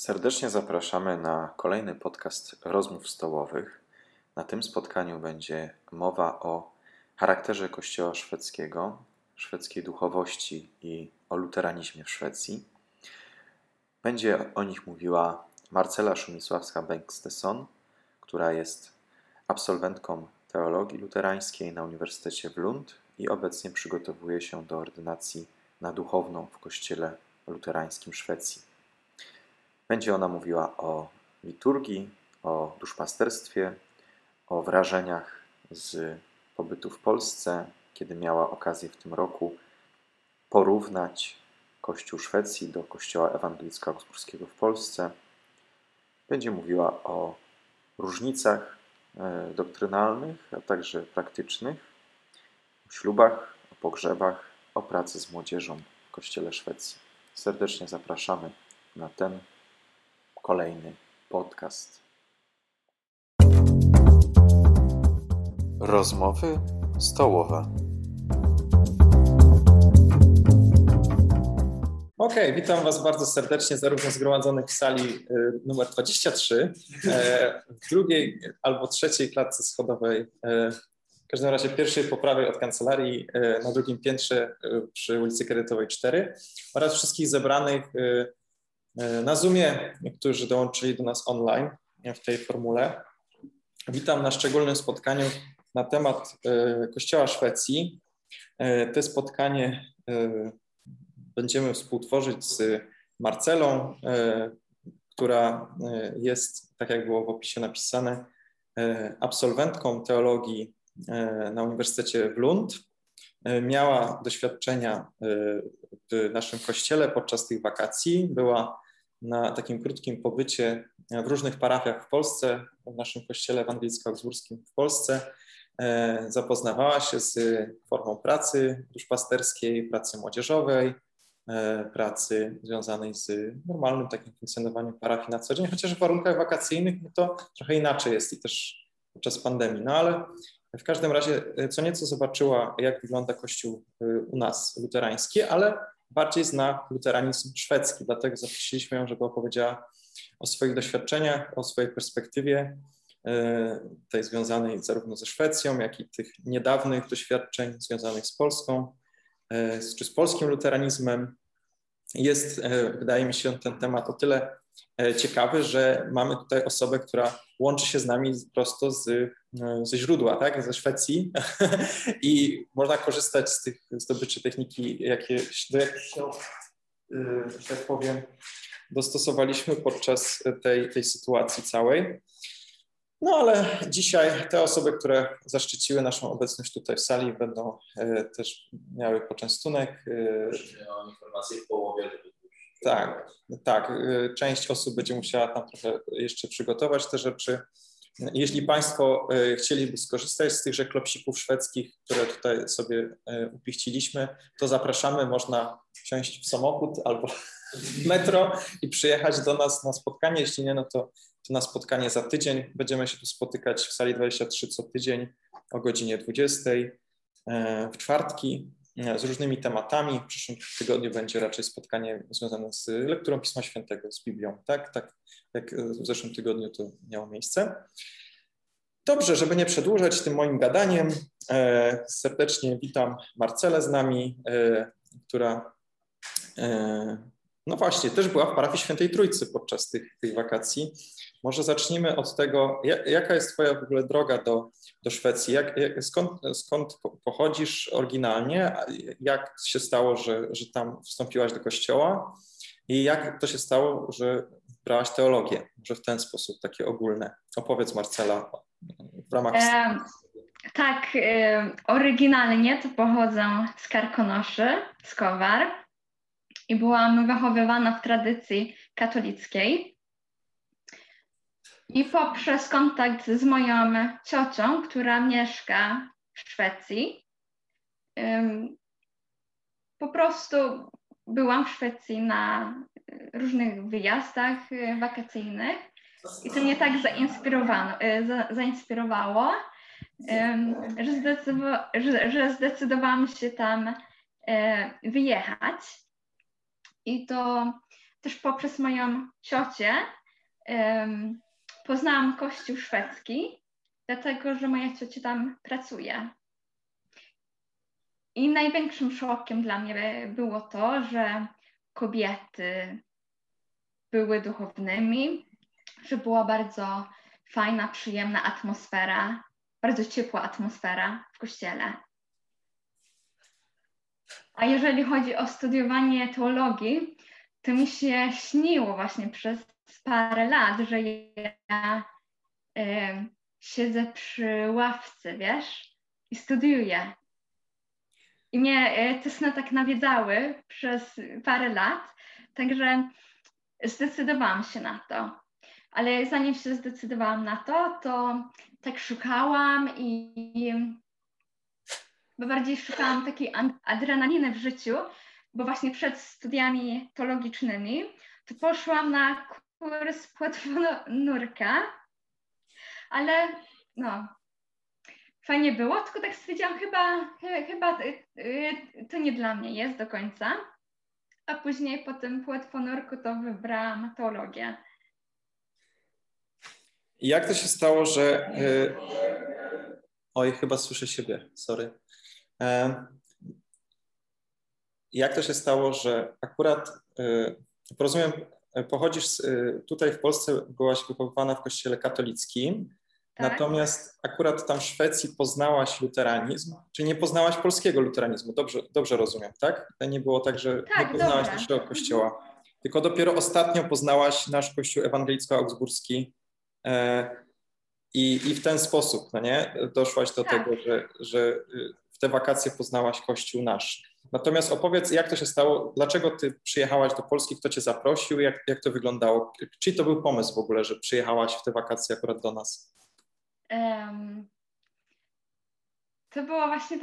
Serdecznie zapraszamy na kolejny podcast rozmów stołowych. Na tym spotkaniu będzie mowa o charakterze Kościoła szwedzkiego, szwedzkiej duchowości i o luteranizmie w Szwecji. Będzie o nich mówiła Marcela Szumisławska-Bengtsson, która jest absolwentką teologii luterańskiej na Uniwersytecie w Lund i obecnie przygotowuje się do ordynacji na duchowną w Kościele luterańskim Szwecji. Będzie ona mówiła o liturgii, o duszpasterstwie, o wrażeniach z pobytu w Polsce, kiedy miała okazję w tym roku porównać Kościół Szwecji do Kościoła Ewangelicko-Augsburskiego w Polsce. Będzie mówiła o różnicach doktrynalnych, a także praktycznych, o ślubach, o pogrzebach, o pracy z młodzieżą w Kościele Szwecji. Serdecznie zapraszamy na ten kolejny podcast. Rozmowy stołowe. Okej, witam Was bardzo serdecznie, zarówno zgromadzonych w sali numer 23, w drugiej albo trzeciej klatce schodowej, w każdym razie pierwszej po prawej od kancelarii, na drugim piętrze przy ulicy Kredytowej 4 oraz wszystkich zebranych na Zoomie, którzy dołączyli do nas online w tej formule. Witam na szczególnym spotkaniu na temat Kościoła Szwecji. To spotkanie będziemy współtworzyć z Marcelą, która jest, tak jak było w opisie napisane, absolwentką teologii na Uniwersytecie w Lund. Miała doświadczenia w naszym kościele podczas tych wakacji. Była na takim krótkim pobycie w różnych parafiach w Polsce, w naszym kościele ewangelicko-augsburskim w Polsce. Zapoznawała się z formą pracy duszpasterskiej, pracy młodzieżowej, pracy związanej z normalnym takim funkcjonowaniem parafii na co dzień, chociaż w warunkach wakacyjnych to trochę inaczej jest i też podczas pandemii. No ale w każdym razie co nieco zobaczyła, jak wygląda Kościół u nas luterański, ale bardziej zna luteranizm szwedzki, dlatego zaprosiliśmy ją, żeby opowiedziała o swoich doświadczeniach, o swojej perspektywie, tej związanej zarówno ze Szwecją, jak i tych niedawnych doświadczeń związanych z Polską, czy z polskim luteranizmem. Jest, wydaje mi się, ten temat o tyle ciekawy, że mamy tutaj osobę, która łączy się z nami prosto ze źródła, tak? Ze Szwecji i można korzystać z tych zdobyczy techniki, do jakich się, że tak powiem, dostosowaliśmy podczas tej sytuacji całej. No ale dzisiaj te osoby, które zaszczyciły naszą obecność tutaj w sali, będą też miały poczęstunek. Mam informację w połowie. Tak. Część osób będzie musiała tam trochę jeszcze przygotować te rzeczy. Jeśli Państwo chcieliby skorzystać z tychże klopsików szwedzkich, które tutaj sobie upichciliśmy, to zapraszamy. Można wsiąść w samochód albo w metro i przyjechać do nas na spotkanie. Jeśli nie, no to na spotkanie za tydzień. Będziemy się tu spotykać w sali 23 co tydzień o godzinie 20 w czwartki z różnymi tematami. W przyszłym tygodniu będzie raczej spotkanie związane z lekturą Pisma Świętego, z Biblią. Tak jak w zeszłym tygodniu to miało miejsce. Dobrze, żeby nie przedłużać tym moim gadaniem, serdecznie witam Marcelę z nami, która no właśnie też była w parafii Świętej Trójcy podczas tych wakacji. Może zacznijmy od tego, jaka jest Twoja w ogóle droga do Szwecji? Skąd pochodzisz oryginalnie? Jak się stało, że tam wstąpiłaś do kościoła? I jak to się stało, że wybrałaś teologię? Może w ten sposób, takie ogólne. Opowiedz, Marcela, w ramach... Tak, oryginalnie to pochodzę z Karkonoszy, z Kowar i byłam wychowywana w tradycji katolickiej. I poprzez kontakt z moją ciocią, która mieszka w Szwecji, po prostu byłam w Szwecji na różnych wyjazdach wakacyjnych i to mnie tak zainspirowało, że zdecydowałam się tam wyjechać. I to też poprzez moją ciocię poznałam Kościół szwedzki, dlatego że moja ciocia tam pracuje. I największym szokiem dla mnie było to, że kobiety były duchownymi, że była bardzo fajna, przyjemna atmosfera, bardzo ciepła atmosfera w kościele. A jeżeli chodzi o studiowanie teologii, to mi się śniło właśnie przez parę lat, że ja siedzę przy ławce, wiesz, i studiuję. I mnie te sny tak nawiedzały przez parę lat, także zdecydowałam się na to. Ale zanim się zdecydowałam na to, to tak szukałam bo bardziej szukałam takiej adrenaliny w życiu, bo właśnie przed studiami teologicznymi to poszłam na kurs płetwonurka, ale no, fajnie było, tylko tak stwierdziłam, chyba to nie dla mnie jest do końca, a później po tym płetwonurku to wybrałam teologię. I jak to się stało, że... Oj, chyba słyszę siebie, sorry. Jak to się stało, że akurat, rozumiem, pochodzisz tutaj w Polsce, byłaś wychowywana w kościele katolickim, Tak. Natomiast akurat tam w Szwecji poznałaś luteranizm, czy nie poznałaś polskiego luteranizmu, dobrze rozumiem, tak? To nie było tak, że Tak, nie poznałaś dobrze. naszego kościoła, tylko dopiero ostatnio poznałaś nasz kościół ewangelicko-augsburski i w ten sposób, no nie? Doszłaś do tego, że w te wakacje poznałaś kościół nasz. Natomiast opowiedz, jak to się stało, dlaczego ty przyjechałaś do Polski, kto cię zaprosił, jak to wyglądało? Czy to był pomysł w ogóle, że przyjechałaś w te wakacje akurat do nas? To było właśnie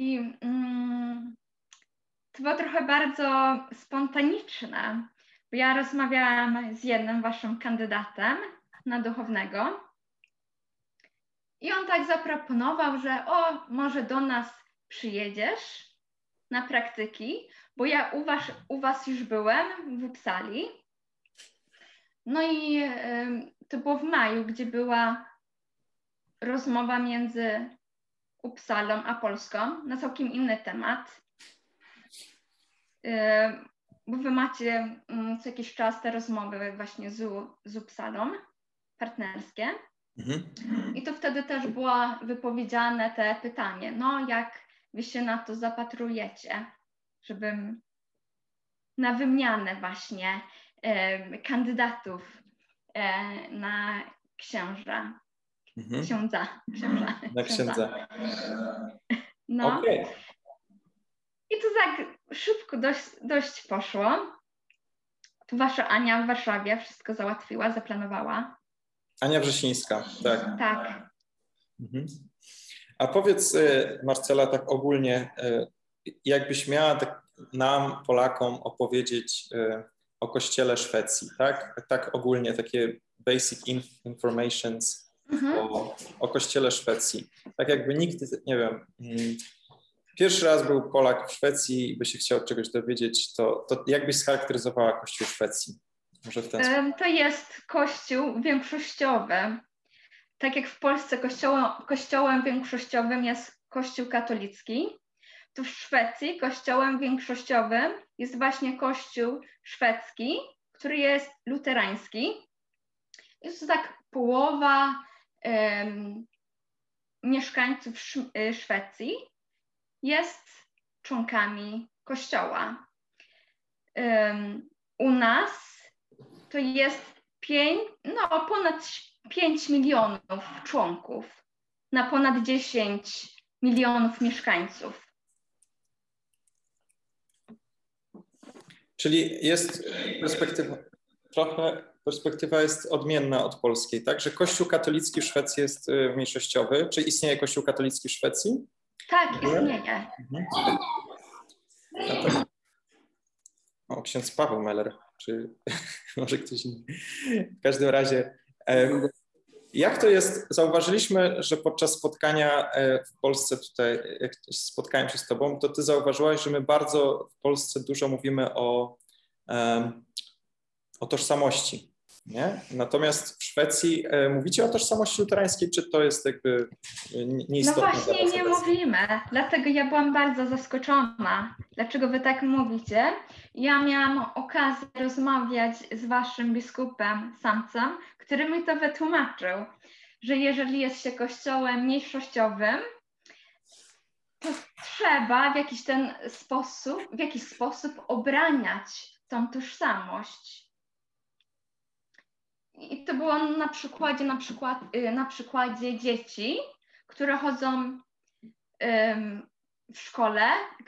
to było trochę bardzo spontaniczne, bo ja rozmawiałam z jednym waszym kandydatem na duchownego i on tak zaproponował, że może do nas przyjedziesz na praktyki, bo ja u was już byłem w Uppsali. No i to było w maju, gdzie była rozmowa między Uppsalą a Polską na całkiem inny temat. Bo wy macie co jakiś czas te rozmowy właśnie z Uppsalą, partnerskie. Mhm. I to wtedy też było wypowiedziane te pytanie, no jak wy się na to zapatrujecie, żebym na wymianę właśnie kandydatów na księża. Mhm. Księdza. Na księdza. No. Okay. I to tak szybko dość poszło. Tu wasza Ania w Warszawie wszystko załatwiła, zaplanowała. Ania Wrzesińska, tak. Tak. Mhm. A powiedz, Marcela, tak ogólnie, jakbyś miała nam, Polakom, opowiedzieć o Kościele Szwecji, tak? Tak ogólnie, takie basic informations o Kościele Szwecji. Tak jakby nikt, nie wiem, pierwszy raz był Polak w Szwecji i by się chciał czegoś dowiedzieć, to jak byś scharakteryzowała Kościół Szwecji? Może w ten sposób. To jest kościół większościowy. Tak jak w Polsce kościołem większościowym jest Kościół katolicki, to w Szwecji kościołem większościowym jest właśnie Kościół szwedzki, który jest luterański. Jest to tak połowa mieszkańców Szwecji jest członkami kościoła. U nas to jest ponad 5 milionów członków na ponad 10 milionów mieszkańców. Czyli jest perspektywa jest odmienna od polskiej, tak? Że Kościół katolicki w Szwecji jest mniejszościowy. Czy istnieje Kościół katolicki w Szwecji? Tak, istnieje. O, ksiądz Paweł Meller, czy może ktoś inny. W każdym razie, jak to jest? Zauważyliśmy, że podczas spotkania w Polsce tutaj, jak spotkałem się z tobą, to ty zauważyłaś, że my bardzo w Polsce dużo mówimy o tożsamości. Nie? Natomiast w Szwecji mówicie o tożsamości luterańskiej, czy to jest jakby No nieistotne? właśnie nie mówimy, dlatego ja byłam bardzo zaskoczona. Dlaczego wy tak mówicie? Ja miałam okazję rozmawiać z waszym biskupem Samcem, który mi to wytłumaczył, że jeżeli jest się kościołem mniejszościowym, to trzeba w jakiś sposób obraniać tą tożsamość. I to było na przykładzie dzieci, które chodzą w szkole,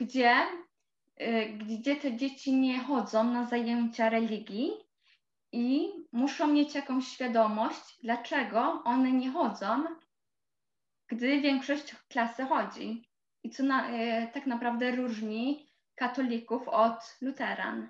gdzie te dzieci nie chodzą na zajęcia religii i muszą mieć jakąś świadomość, dlaczego one nie chodzą, gdy większość klasy chodzi. I co tak naprawdę różni katolików od luteran.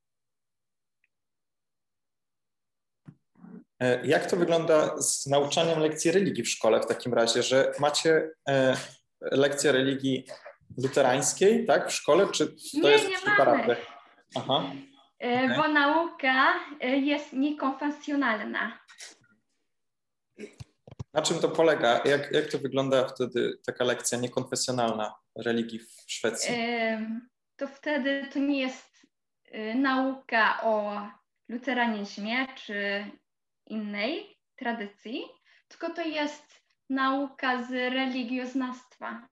Jak to wygląda z nauczaniem lekcji religii w szkole w takim razie, że macie lekcję religii luterańskiej, tak, w szkole, czy to jest Nie przy mamy. parafiach? Aha. Bo nauka jest niekonfesjonalna. Na czym to polega? Jak to wygląda wtedy taka lekcja niekonfesjonalna religii w Szwecji? To wtedy to nie jest nauka o luteranizmie czy innej tradycji, tylko to jest nauka z religioznawstwa.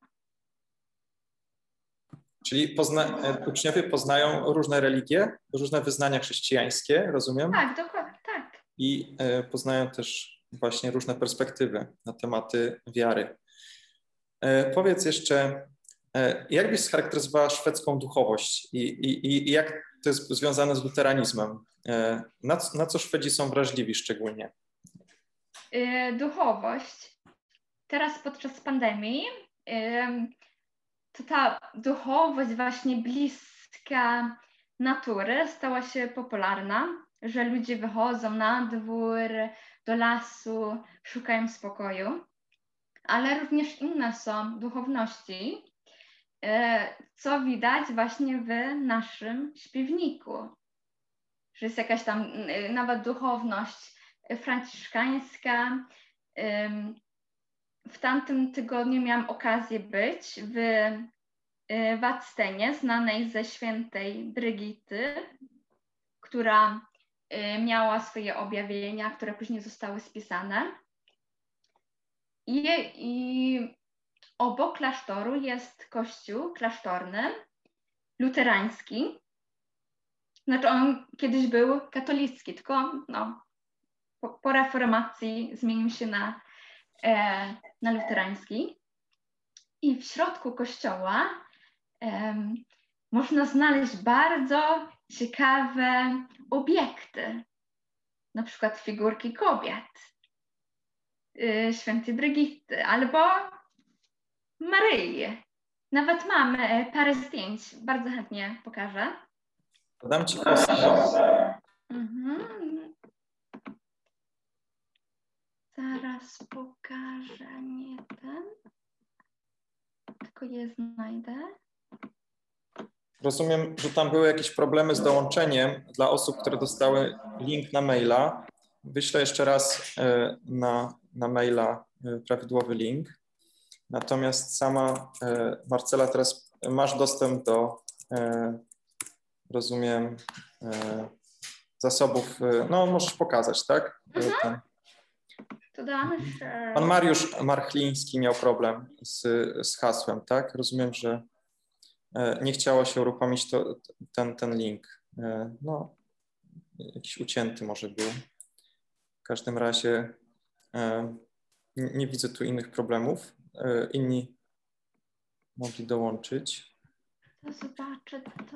Czyli uczniowie poznają różne religie, różne wyznania chrześcijańskie, rozumiem? Tak, dokładnie, tak. I poznają też właśnie różne perspektywy na tematy wiary. Powiedz jeszcze, jak byś scharakteryzowała szwedzką duchowość i jak to jest związane z luteranizmem? Na co Szwedzi są wrażliwi szczególnie? Duchowość. Teraz podczas pandemii to ta duchowość właśnie bliska natury stała się popularna, że ludzie wychodzą na dwór, do lasu, szukają spokoju, ale również inne są duchowności, co widać właśnie w naszym śpiewniku, że jest jakaś tam nawet duchowność franciszkańska. W tamtym tygodniu miałam okazję być w Vadstenie, znanej ze świętej Brygity, która miała swoje objawienia, które później zostały spisane. I obok klasztoru jest kościół klasztorny, luterański. Znaczy on kiedyś był katolicki, tylko po reformacji zmienił się na luterański. I w środku kościoła można znaleźć bardzo ciekawe obiekty, na przykład figurki kobiet, świętej Brygitty albo Maryi. Nawet mamy parę zdjęć, bardzo chętnie pokażę. Dam ci kostkę. Zaraz pokażę, nie ten, tylko je znajdę. Rozumiem, że tam były jakieś problemy z dołączeniem dla osób, które dostały link na maila. Wyślę jeszcze raz na maila prawidłowy link. Natomiast sama Marcela, teraz masz dostęp do, rozumiem, zasobów, no możesz pokazać, tak? To dam jeszcze. Pan Mariusz Marchliński miał problem z hasłem, tak? Rozumiem, że nie chciało się uruchomić ten link. No, jakiś ucięty może był. W każdym razie nie widzę tu innych problemów. Inni mogli dołączyć. To zobaczę to.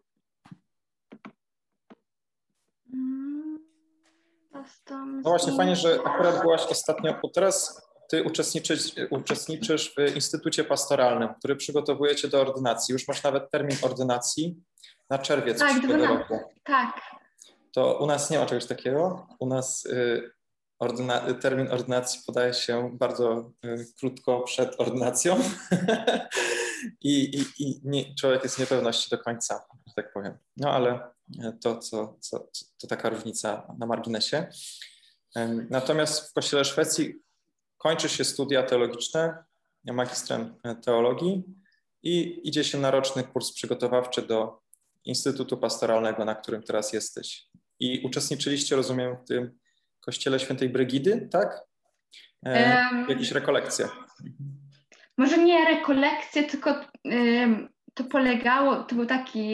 No właśnie, fajnie, że akurat byłaś ostatnio, bo teraz ty uczestniczysz w Instytucie Pastoralnym, który przygotowuje cię do ordynacji. Już masz nawet termin ordynacji na czerwiec przyszłego roku. Tak. To u nas nie ma czegoś takiego. U nas termin ordynacji podaje się bardzo krótko przed ordynacją i człowiek jest w niepewności do końca, że tak powiem. No ale To taka różnica na marginesie. Natomiast w Kościele Szwecji kończy się studia teologiczne, magistrem teologii i idzie się na roczny kurs przygotowawczy do Instytutu Pastoralnego, na którym teraz jesteś. I uczestniczyliście, rozumiem, w tym Kościele Świętej Brygidy, tak? Jakieś rekolekcje. Może nie rekolekcje, tylko to polegało, to był taki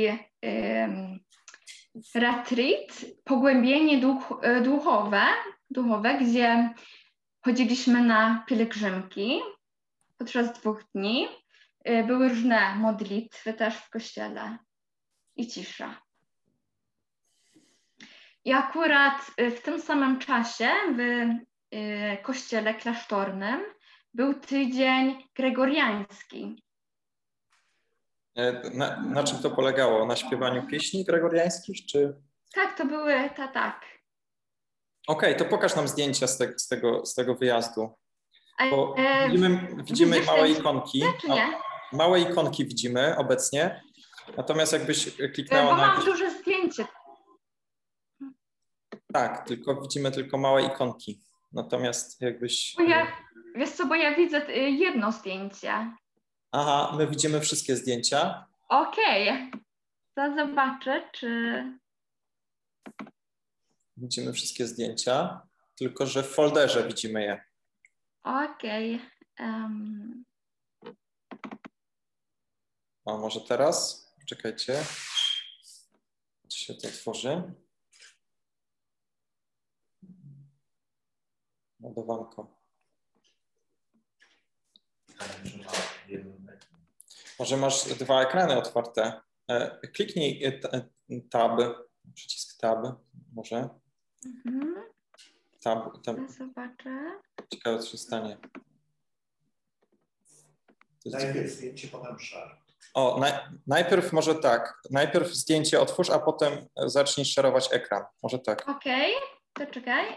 retreat, pogłębienie duchowe, gdzie chodziliśmy na pielgrzymki podczas 2 dni. Były różne modlitwy też w kościele i cisza. I akurat w tym samym czasie w kościele klasztornym był tydzień gregoriański. Na czym to polegało? Na śpiewaniu pieśni gregoriańskich, czy? Tak, to były, tak. Okej, to pokaż nam zdjęcia z tego wyjazdu. Bo widzimy widzisz małe ten- ikonki. czy nie? Małe ikonki widzimy obecnie. Natomiast jakbyś kliknęła Bo na mam jakieś... duże zdjęcie. Tak, widzimy tylko małe ikonki. Natomiast jakbyś... Wiesz co, bo ja widzę jedno zdjęcie. Aha, my widzimy wszystkie zdjęcia. Okej. To zobaczę, czy... Widzimy wszystkie zdjęcia, tylko że w folderze widzimy je. Okej. A może teraz? Czekajcie. Czy się to otworzy? Ładowanko. Może masz 2 ekrany otwarte. Kliknij tab, przycisk tab, może. Tab. To zobaczę. Ciekawe, co się stanie. Najpierw zdjęcie, potem share. O, najpierw może tak. Najpierw zdjęcie otwórz, a potem zacznij szerować ekran. Może tak. Okej, to czekaj.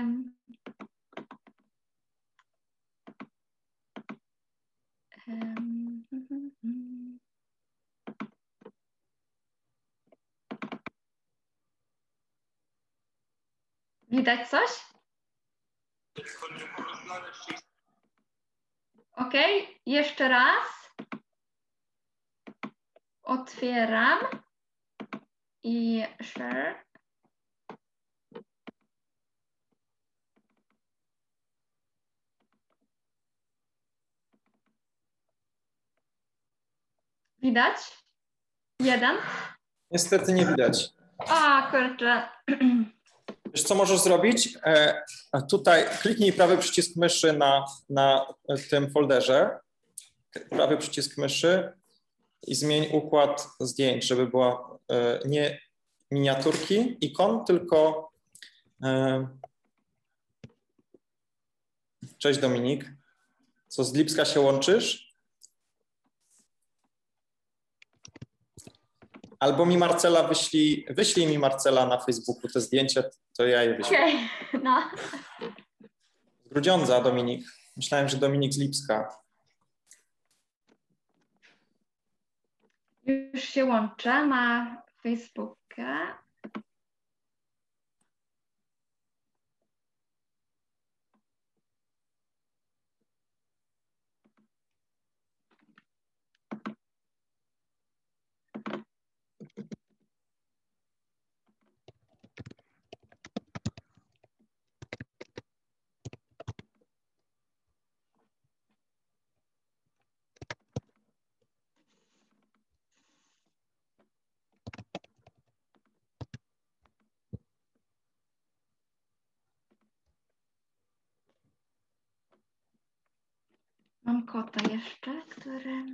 Widać coś? Okej, jeszcze raz. Otwieram i share. Widać? 1. Niestety nie widać. A, kurczę. Wiesz, co możesz zrobić? Tutaj kliknij prawy przycisk myszy na tym folderze. Prawy przycisk myszy i zmień układ zdjęć, żeby była nie miniaturki, ikon, tylko... Cześć Dominik. Co, z Lipska się łączysz? Albo mi Marcela wyślij mi Marcela na Facebooku te zdjęcia, to ja je wyślę. Okej, no. Z Grudziądza Dominik. Myślałem, że Dominik z Lipska. Już się łączę, ma Facebooka. Mam kota jeszcze, który...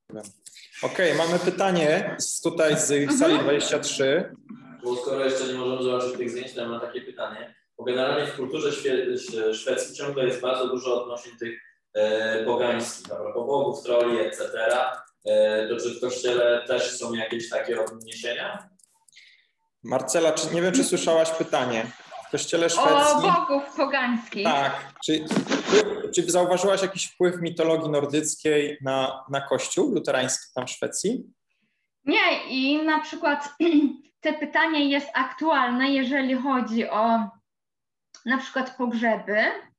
Okej, mamy pytanie tutaj z sali 23. Bo skoro jeszcze nie możemy zobaczyć tych zdjęć, to ja mam takie pytanie. Bo generalnie w kulturze szwedzkiej ciągle jest bardzo dużo odnosin tych pogańskich, dobra, bogów, troli, etc. To czy w kościele też są jakieś takie odniesienia? Marcela, nie wiem, czy słyszałaś pytanie. W kościele O szwedzkim... bogów pogańskich. Tak. Czy zauważyłaś jakiś wpływ mitologii nordyckiej na kościół luterański tam w Szwecji? Nie, i na przykład te pytanie jest aktualne, jeżeli chodzi o na przykład pogrzeby,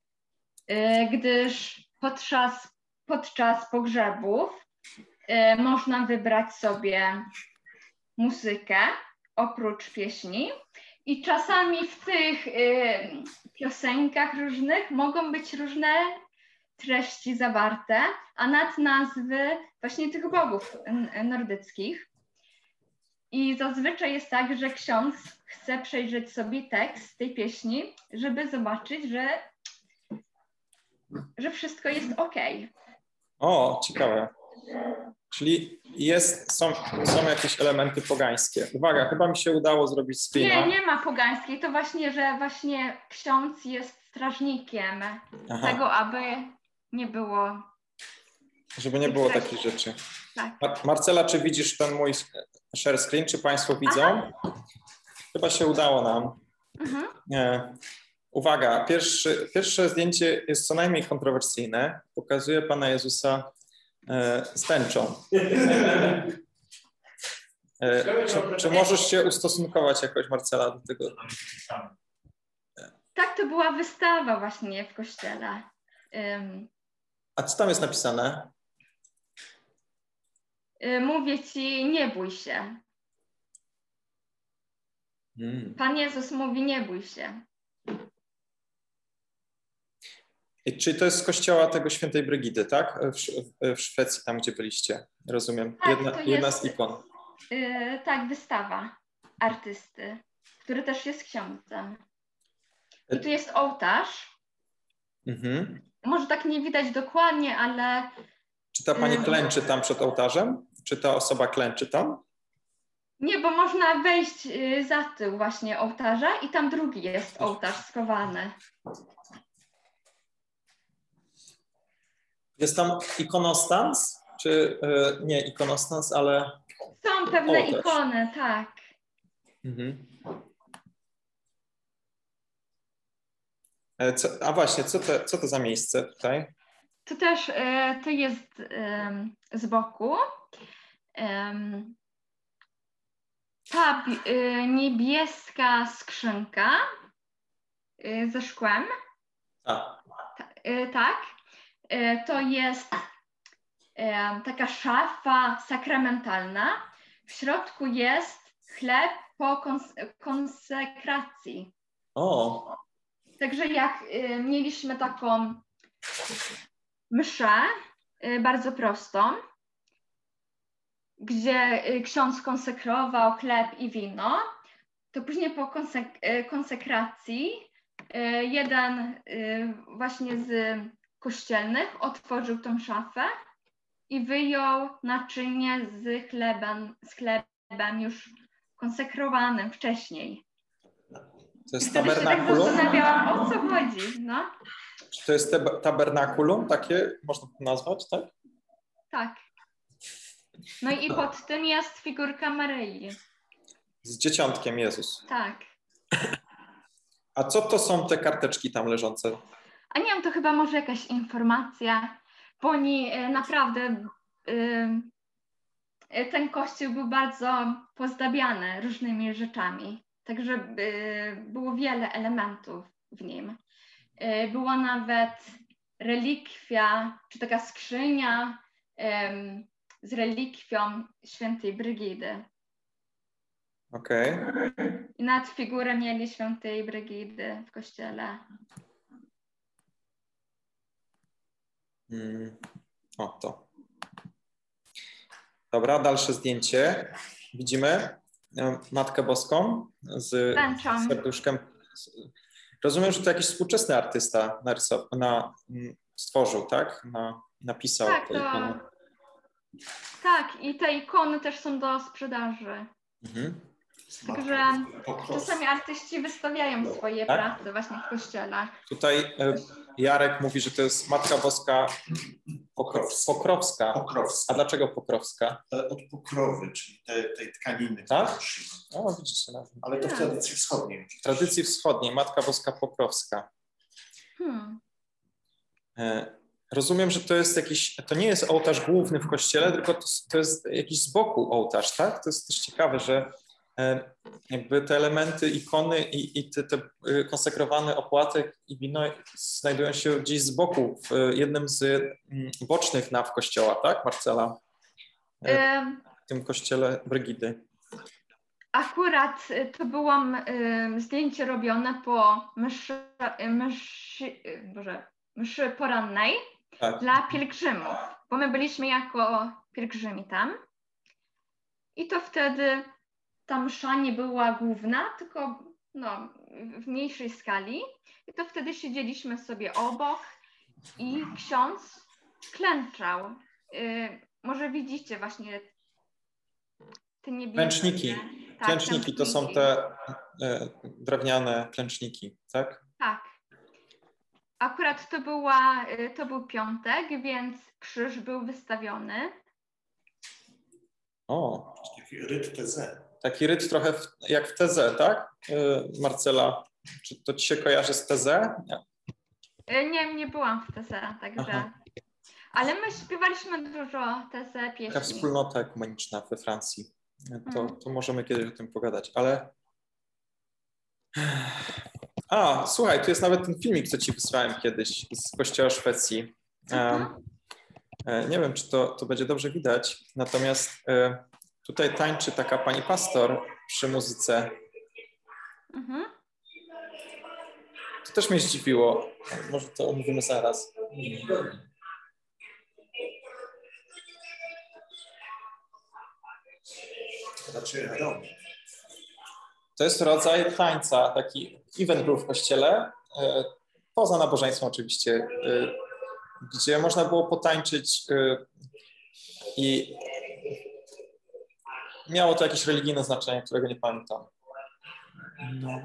gdyż podczas pogrzebów można wybrać sobie muzykę oprócz pieśni i czasami w tych piosenkach różnych mogą być różne treści zawarte, a nad nazwy właśnie tych bogów nordyckich. I zazwyczaj jest tak, że ksiądz chce przejrzeć sobie tekst tej pieśni, żeby zobaczyć, że wszystko jest ok. O, ciekawe. Czyli są jakieś elementy pogańskie. Uwaga, chyba mi się udało zrobić screena. Nie ma pogańskiej. To właśnie, że właśnie ksiądz jest strażnikiem tego, aby nie było... Żeby nie było takich rzeczy. Tak. Marcela, czy widzisz ten mój share screen? Czy Państwo widzą? Chyba się udało nam. Nie. Uwaga, pierwsze zdjęcie jest co najmniej kontrowersyjne. Pokazuje Pana Jezusa z tęczą. Czy możesz się ustosunkować jakoś, Marcela, do tego? Tak, to była wystawa właśnie w kościele. A co tam jest napisane? Mówię ci, nie bój się. Pan Jezus mówi, nie bój się. I czy to jest z kościoła tego świętej Brygidy, tak? W Szwecji, tam gdzie byliście. Rozumiem. Tak, Jedna z ikon. Tak, wystawa artysty, który też jest księdzem. I tu jest ołtarz. Może tak nie widać dokładnie, ale... Czy ta pani klęczy tam przed ołtarzem? Czy ta osoba klęczy tam? Nie, bo można wejść za tył właśnie ołtarza i tam drugi jest ołtarz schowany. Jest tam ikonostas? Czy nie ikonostas, ale... Są pewne ołtarz. ikony, tak. A właśnie, co to za miejsce tutaj? To też to jest z boku. Ta niebieska skrzynka ze szkłem. Tak. To jest taka szafa sakramentalna. W środku jest chleb po konsekracji. O. Także jak mieliśmy taką mszę, bardzo prostą, gdzie ksiądz konsekrował chleb i wino, to później po konsekracji jeden właśnie z kościelnych otworzył tą szafę i wyjął naczynie z chlebem już konsekrowanym wcześniej. To jest Wtedy się tak tabernakulum? zastanawiałam, o co chodzi, no. Czy to jest tabernakulum, takie można to nazwać, tak? Tak. No i pod tym jest figurka Maryi. Z dzieciątkiem Jezus. Tak. A co to są te karteczki tam leżące? A nie wiem, to chyba może jakaś informacja, bo oni naprawdę, ten kościół był bardzo pozdabiany różnymi rzeczami. Także było wiele elementów w nim. Była nawet relikwia, czy taka skrzynia z relikwią świętej Brygidy. Okej. I nad figurę mieli świętej Brygidy w kościele. O, to. Dobra, dalsze zdjęcie. Widzimy Matkę Boską z Tęczą. serduszkiem. Rozumiem, że to jakiś współczesny artysta stworzył, tak? Napisał Tak, tę ikonę. Tak, i te ikony też są do sprzedaży. Mhm. Także czasami artyści wystawiają swoje Tak? prace właśnie w kościele. Tutaj Jarek mówi, że to jest Matka Boska Pokrowska. A dlaczego Pokrowska? Od pokrowy, czyli tej tkaniny. Tak? którą szyją. O, widzicie. No. Ale to w tradycji wschodniej. W tradycji wschodniej Matka Boska Pokrowska. Rozumiem, że to jest jakiś, to nie jest ołtarz główny w kościele, tylko to jest jakiś z boku ołtarz, tak? To jest też ciekawe, że jakby te elementy, ikony i te konsekrowane opłatek i wino znajdują się gdzieś z boku w jednym z bocznych naw kościoła, tak, Marcela? W tym kościele Brygidy. Akurat to było zdjęcie robione po mszy porannej Tak. dla pielgrzymów, bo my byliśmy jako pielgrzymi tam i to wtedy ta msza nie była główna, tylko no, w mniejszej skali i to wtedy siedzieliśmy sobie obok i ksiądz klęczał. Może widzicie właśnie te niebieskie. Klęczniki. Tak, Klęczniki to są te drewniane klęczniki, tak? Tak. Akurat to był piątek, więc krzyż był wystawiony. O, Taki ryt teze. taki ryt trochę jak w teze, tak? Marcela, czy to ci się kojarzy z teze? Nie byłam w TSE, także... Aha. Ale my śpiewaliśmy dużo TSE Taka pieśni. wspólnota ekumeniczna we Francji. To możemy kiedyś o tym pogadać, ale... A, słuchaj, tu jest nawet ten filmik, co ci wysłałem kiedyś z kościoła Szwecji. Nie wiem, czy to będzie dobrze widać, natomiast tutaj tańczy taka pani pastor przy muzyce. To też mnie zdziwiło. Może to omówimy zaraz. Raczej aerobic. To jest rodzaj tańca, taki event był w kościele, poza nabożeństwem oczywiście, gdzie można było potańczyć i miało to jakieś religijne znaczenie, którego nie pamiętam. No.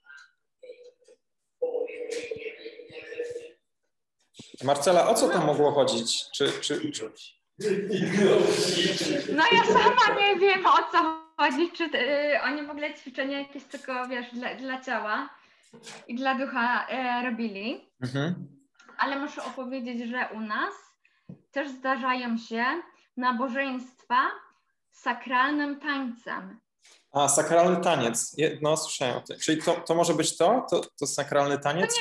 Marcela, o co tam mogło chodzić? No ja sama nie wiem, o co chodzi, czy oni w ogóle ćwiczenia jakieś tylko, wiesz, dla ciała i dla ducha robili. Ale muszę opowiedzieć, że u nas też zdarzają się nabożeństwa z sakralnym tańcem. A, sakralny taniec. No, słyszałem o tym. Czyli to może być to? To sakralny taniec?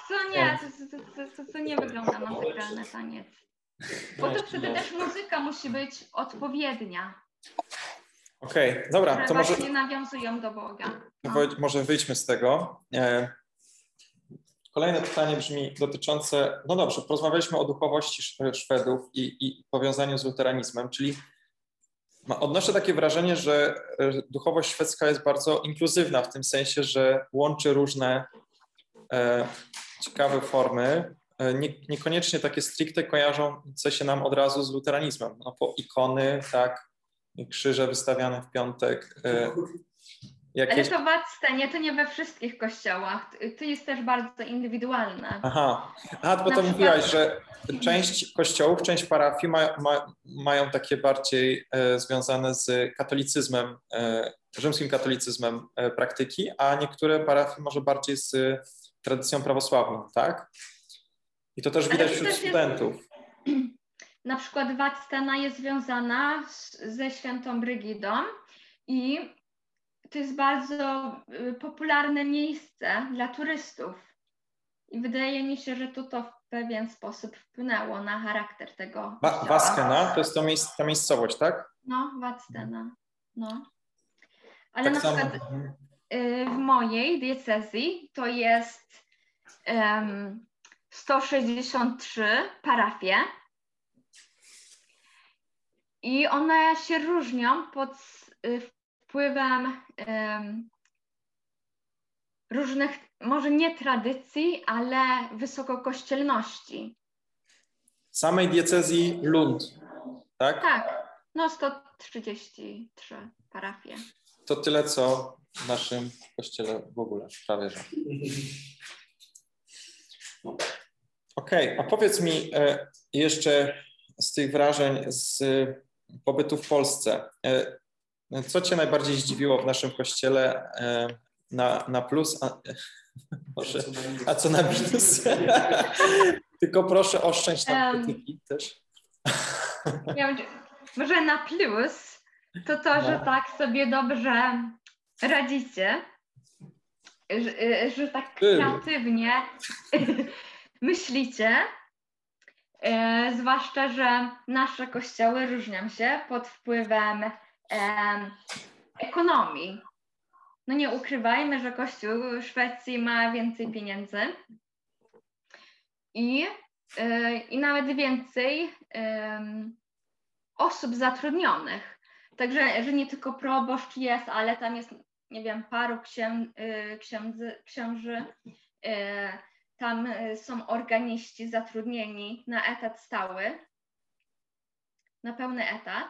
To nie wygląda na sakralny taniec. Bo to wtedy też muzyka musi być odpowiednia. Okej, dobra. Które To może właśnie nawiązują do Boga. Może wyjdźmy z tego. Kolejne pytanie brzmi dotyczące, no dobrze, porozmawialiśmy o duchowości Szwedów i powiązaniu z luteranizmem, czyli odnoszę takie wrażenie, że duchowość szwedzka jest bardzo inkluzywna w tym sensie, że łączy różne ciekawe formy, niekoniecznie takie stricte kojarzą się nam od razu z luteranizmem. No, po ikony, tak, krzyże wystawiane w piątek. Ale to w Vatstenie, to nie we wszystkich kościołach. To jest też bardzo indywidualne. Aha, bo to mówiłaś, że część kościołów, część parafii mają takie bardziej związane z katolicyzmem, rzymskim katolicyzmem praktyki, a niektóre parafie może bardziej z tradycją prawosławną, tak? I to też widać wśród studentów. Na przykład Vatstena jest związana ze świętą Brygidą i to jest bardzo popularne miejsce dla turystów. I wydaje mi się, że to w pewien sposób wpłynęło na charakter tego kościoła. Vaskena to jest ta miejscowość, tak? No, Vatstena. No. Ale tak na przykład w mojej diecezji to jest 163 parafie i one się różnią pod wpływem różnych, może nie tradycji, ale wysokokościelności. Samej diecezji Lund, tak? Tak, no 133 parafie. To tyle, co w naszym kościele w ogóle, prawie że. Okej, a powiedz mi jeszcze z tych wrażeń z pobytu w Polsce. Co cię najbardziej zdziwiło w naszym kościele na plus, a co na minus? Tylko proszę oszczędź tam krytyki też. Może na plus to, że tak sobie dobrze radzicie, że tak kreatywnie myślicie, zwłaszcza, że nasze kościoły różnią się pod wpływem ekonomii. No nie ukrywajmy, że Kościół Szwecji ma więcej pieniędzy i nawet więcej osób zatrudnionych. Także, że nie tylko proboszcz jest, ale tam jest, nie wiem, paru księży, tam są organiści zatrudnieni na etat stały, na pełny etat.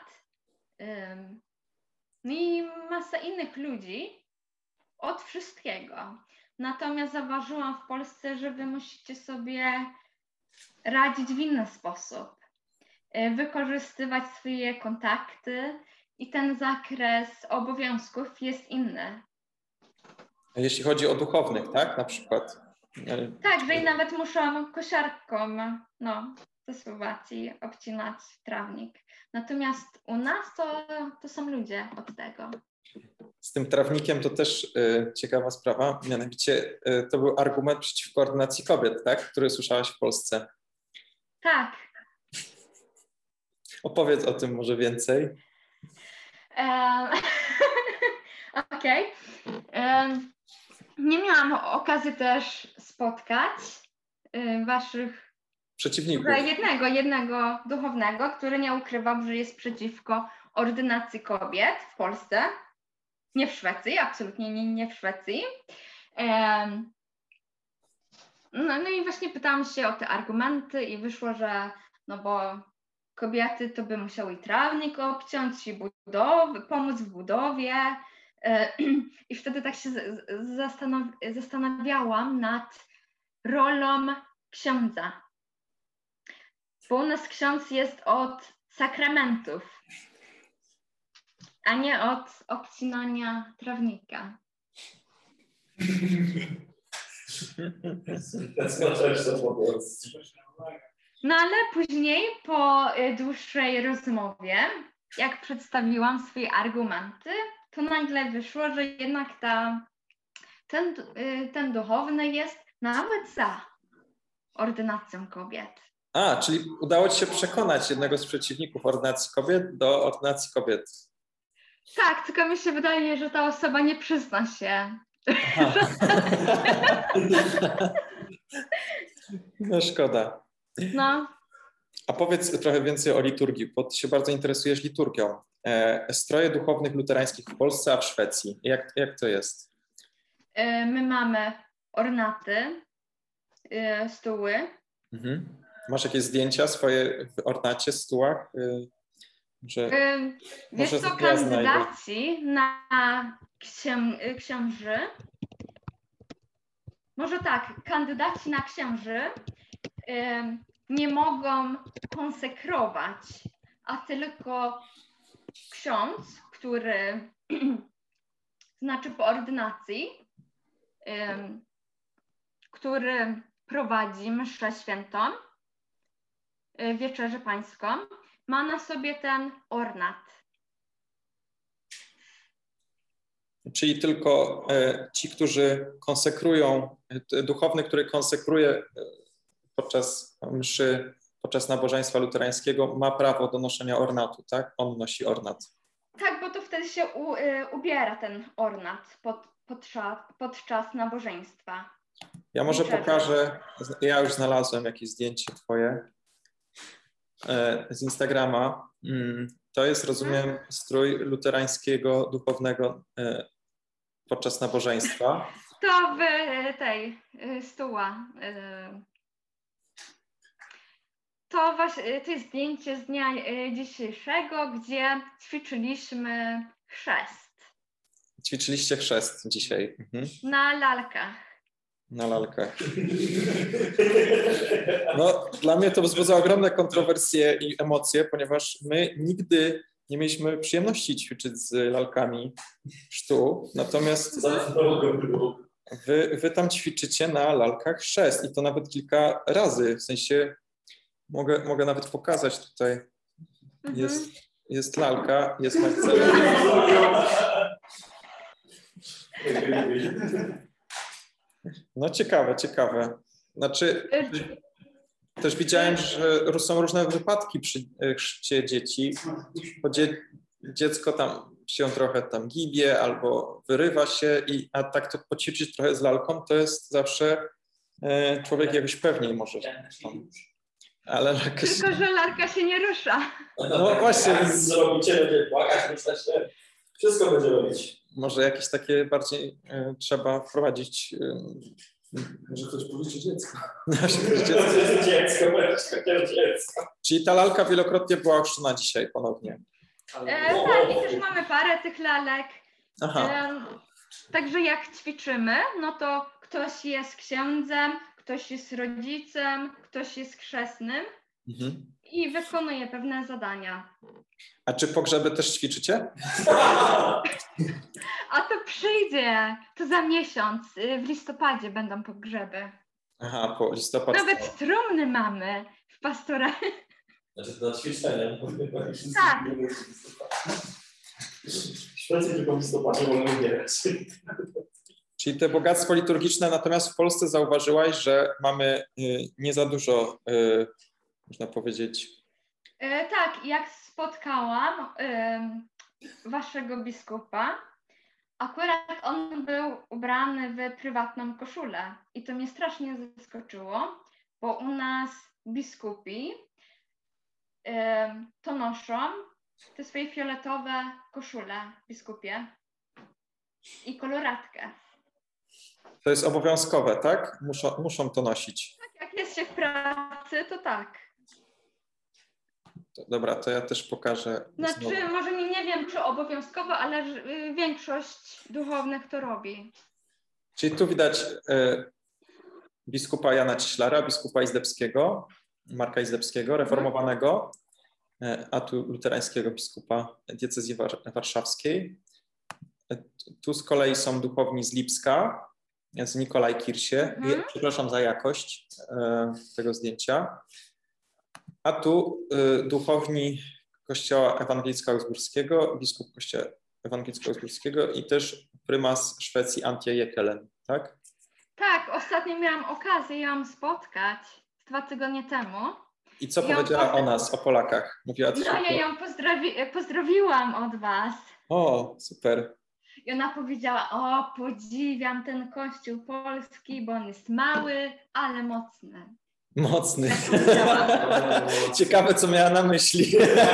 No i masa innych ludzi od wszystkiego. Natomiast zauważyłam w Polsce, że wy musicie sobie radzić w inny sposób. Wykorzystywać swoje kontakty i ten zakres obowiązków jest inny. Jeśli chodzi o duchownych, tak? Na przykład. Tak, że i nawet muszą kosiarką ze Słowacji obcinać trawnik. Natomiast u nas to są ludzie od tego. Z tym trawnikiem to też ciekawa sprawa. Mianowicie to był argument przeciwko ordynacji kobiet, tak? Który słyszałaś w Polsce. Tak. Opowiedz o tym może więcej. Okej. Nie miałam okazji też spotkać waszych Przeciwników. Jednego duchownego, który nie ukrywał, że jest przeciwko ordynacji kobiet w Polsce. Nie w Szwecji, absolutnie nie w Szwecji. No i właśnie pytałam się o te argumenty i wyszło, że no bo kobiety to by musiały i trawnik obciąć i pomóc w budowie. I wtedy tak się zastanawiałam nad rolą księdza. Bo u nas ksiądz jest od sakramentów, a nie od obcinania trawnika. No ale później po dłuższej rozmowie, jak przedstawiłam swoje argumenty, to nagle wyszło, że jednak ten duchowny jest nawet za ordynacją kobiet. Czyli udało ci się przekonać jednego z przeciwników ordynacji kobiet do ordynacji kobiet. Tak, tylko mi się wydaje, że ta osoba nie przyzna się. No szkoda. No. A powiedz trochę więcej o liturgii, bo ty się bardzo interesujesz liturgią. Stroje duchownych luterańskich w Polsce, a w Szwecji. Jak to jest? My mamy ornaty, stóły. Mhm. Masz jakieś zdjęcia swoje w ornacie, stułach? Wiesz co, kandydaci na księży, może tak, kandydaci na księży nie mogą konsekrować, a tylko ksiądz, który znaczy po ordynacji, który prowadzi mszę świętą, wieczerzę pańską, ma na sobie ten ornat. Czyli tylko ci, którzy konsekrują, duchowny, który konsekruje podczas mszy, podczas nabożeństwa luterańskiego, ma prawo do noszenia ornatu, tak? On nosi ornat. Tak, bo to wtedy się ubiera ten ornat podczas nabożeństwa. Ja może pokażę, ja już znalazłem jakieś zdjęcie twoje z Instagrama. To jest, rozumiem, strój luterańskiego duchownego podczas nabożeństwa. To w tej stuła. to jest zdjęcie z dnia dzisiejszego, gdzie ćwiczyliśmy chrzest Ćwiczyliście chrzest dzisiaj. na lalkach. Na lalkach. No, dla mnie to wzbudza ogromne kontrowersje i emocje, ponieważ my nigdy nie mieliśmy przyjemności ćwiczyć z lalkami sztu, natomiast wy tam ćwiczycie na lalkach chrzest i to nawet kilka razy, w sensie mogę nawet pokazać tutaj. Jest lalka, jest Marcela. No ciekawe. Znaczy, też widziałem, że są różne wypadki przy chrzcie dzieci, bo dziecko tam się trochę tam gibie albo wyrywa się, a tak to poćwiczyć trochę z lalką, to jest zawsze człowiek jakoś pewniej może tam. Ale Tylko, że lalka się nie rusza. No właśnie. Jak zrobicie, będzie płakać, myślę, że wszystko będzie robić. Może jakieś takie bardziej trzeba wprowadzić. Może ktoś powiedzieć dziecko. Dziecko. Czyli ta lalka wielokrotnie była ochrzczona dzisiaj ponownie. Tak, i też mamy parę tych lalek. Aha. Także jak ćwiczymy, no to ktoś jest księdzem, ktoś jest rodzicem, ktoś jest chrzestnym i wykonuje pewne zadania. A czy pogrzeby też ćwiczycie? A to przyjdzie, to za miesiąc, w listopadzie będą pogrzeby. Aha, po listopadzie. Nawet trumny mamy w pastorale. Znaczy na ćwiczenie. Tak. W Szwecji tylko w listopadzie mogą wybierać. Czyli te bogactwo liturgiczne, natomiast w Polsce zauważyłaś, że mamy nie za dużo, można powiedzieć. Tak, jak spotkałam waszego biskupa, akurat on był ubrany w prywatną koszulę i to mnie strasznie zaskoczyło, bo u nas biskupi to noszą te swoje fioletowe koszule biskupie i koloratkę. To jest obowiązkowe, tak? Muszą to nosić. Tak, jak jest się w pracy, to tak. Dobra, to ja też pokażę. Znaczy, znowu. może nie wiem, czy obowiązkowo, ale większość duchownych to robi. Czyli tu widać biskupa Jana Cieślara, biskupa Izdebskiego, Marka Izdebskiego, reformowanego, a tu luterańskiego biskupa diecezji warszawskiej. Tu z kolei są duchowni z Lipska, z Nikolaj Kirsie. Przepraszam za jakość tego zdjęcia. A tu duchowni Kościoła Ewangelicko-Augsburskiego, biskup Kościoła Ewangelicko-Augsburskiego i też prymas Szwecji Antje Jekelen, tak? Tak, ostatnio miałam okazję ją spotkać 2 tygodnie temu. I co powiedziała o nas, o Polakach? Mówiła coś No, ja ją pozdrowiłam od was. O, super. I ona powiedziała, o, podziwiam ten kościół polski, bo on jest mały, ale mocny. Mocny. Ciekawe, co miała na myśli.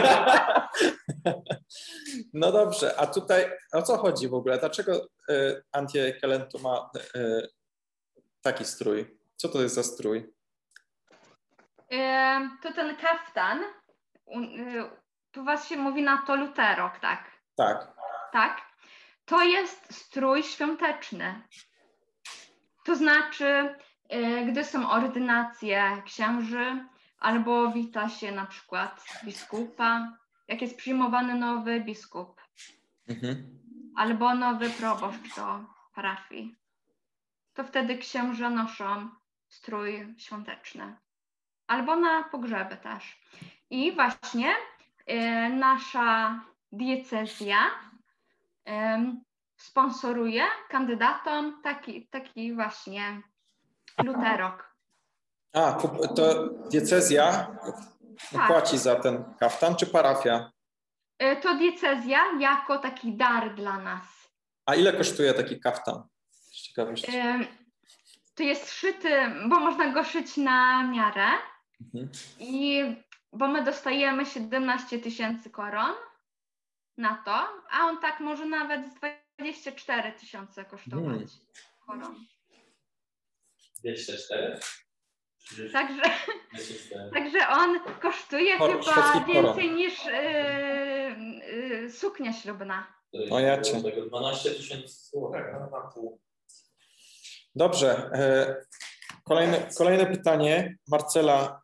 No dobrze, a tutaj o co chodzi w ogóle? Dlaczego Antje Kelentu ma taki strój? Co to jest za strój? To ten kaftan, tu was się mówi na to luterok, tak? Tak. Tak? To jest strój świąteczny. To znaczy, gdy są ordynacje księży, albo wita się na przykład biskupa, jak jest przyjmowany nowy biskup, albo nowy proboszcz do parafii, to wtedy księża noszą strój świąteczny. Albo na pogrzeby też. I właśnie nasza diecezja sponsoruje kandydatom taki właśnie luterok. A, to diecezja Tak. płaci za ten kaftan, czy parafia? To diecezja jako taki dar dla nas. A ile kosztuje taki kaftan? Z ciekawości. To jest szyty, bo można go szyć na miarę. Bo my dostajemy 17 000 koron na to, a on tak może nawet z 24 000 kosztować koron. 204? Także on kosztuje chyba szwedzki koron. więcej niż suknia ślubna. O ja cię. 12 000 złotych. Dobrze. Kolejne pytanie. Marcela.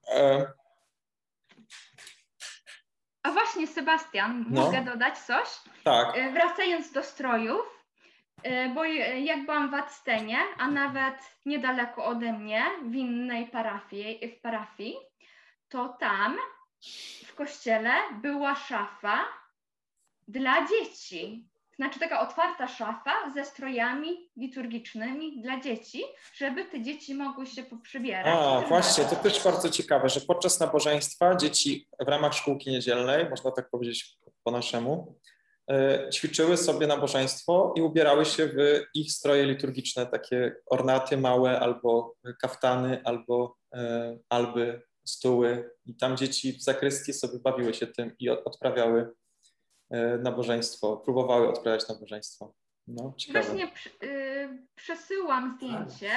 A właśnie, Sebastian, No. mogę dodać coś? Tak. Wracając do strojów, bo jak byłam w Actenie, a nawet niedaleko ode mnie, w innej parafii, to tam w kościele była szafa dla dzieci. Znaczy taka otwarta szafa ze strojami liturgicznymi dla dzieci, żeby te dzieci mogły się poprzybierać. Właśnie, to też bardzo ciekawe, że podczas nabożeństwa dzieci w ramach szkółki niedzielnej, można tak powiedzieć po naszemu, ćwiczyły sobie nabożeństwo i ubierały się w ich stroje liturgiczne, takie ornaty małe, albo kaftany, albo alby, stóły. I tam dzieci w zakrystii sobie bawiły się tym i odprawiały nabożeństwo, próbowały odprawiać nabożeństwo. No, ciekawe. Właśnie przesyłam zdjęcie.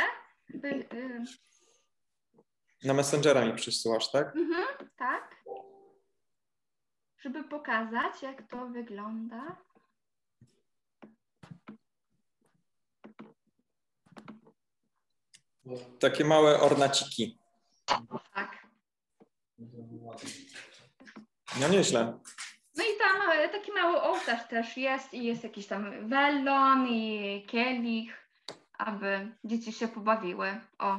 Na Messengera mi przysyłasz, tak? Tak. Żeby pokazać, jak to wygląda. Takie małe ornaciki. Tak. No nieźle. No i tam taki mały ołtarz też jest i jest jakiś tam welon i kielich, aby dzieci się pobawiły. O.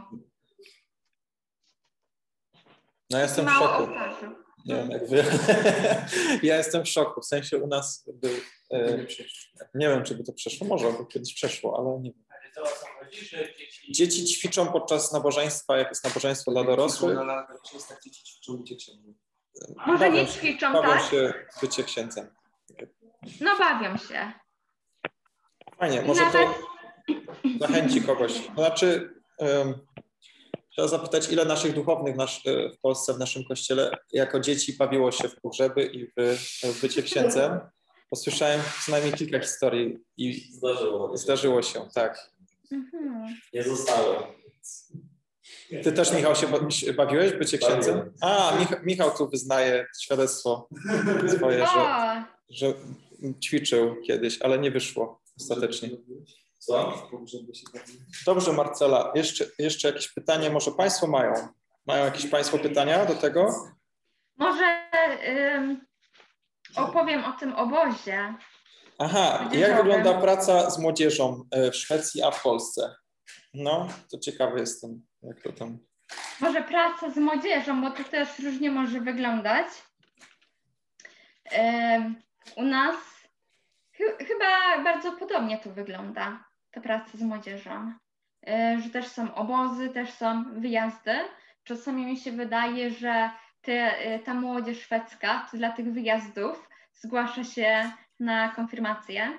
No ja jestem w Mało szoku. ołtarzu. Nie wiem jak wy. Ja jestem w szoku. W sensie u nas był. Nie wiem, czy by to przeszło. Może by kiedyś przeszło, ale nie wiem. Dzieci ćwiczą podczas nabożeństwa, jak jest nabożeństwo dla dorosłych. Dzieci ćwiczą bycie księdzem. Może nie ćwiczą, Bawią tak? się bycie księdzem. No bawią się. Fajnie, I może nawet... to zachęci kogoś. To znaczy, trzeba zapytać, ile naszych duchownych w Polsce, w naszym kościele, jako dzieci bawiło się w pogrzeby i w bycie księdzem. Posłyszałem co najmniej kilka historii i zdarzyło się, tak. Nie zostało. Ty też, Michał, się bawiłeś w bycie księdzem? A, Michał tu wyznaje świadectwo swoje, że ćwiczył kiedyś, ale nie wyszło ostatecznie. Co? Dobrze, Marcela, jeszcze jakieś pytanie może Państwo mają? Mają jakieś Państwo pytania do tego? Może opowiem o tym obozie. Aha, jak wygląda praca z młodzieżą w Szwecji, a w Polsce? No, to ciekawy jestem, jak to tam... Może praca z młodzieżą, bo to też różnie może wyglądać. U nas chyba bardzo podobnie to wygląda, ta praca z młodzieżą. Że też są obozy, też są wyjazdy. Czasami mi się wydaje, że ta młodzież szwedzka to dla tych wyjazdów zgłasza się na konfirmację.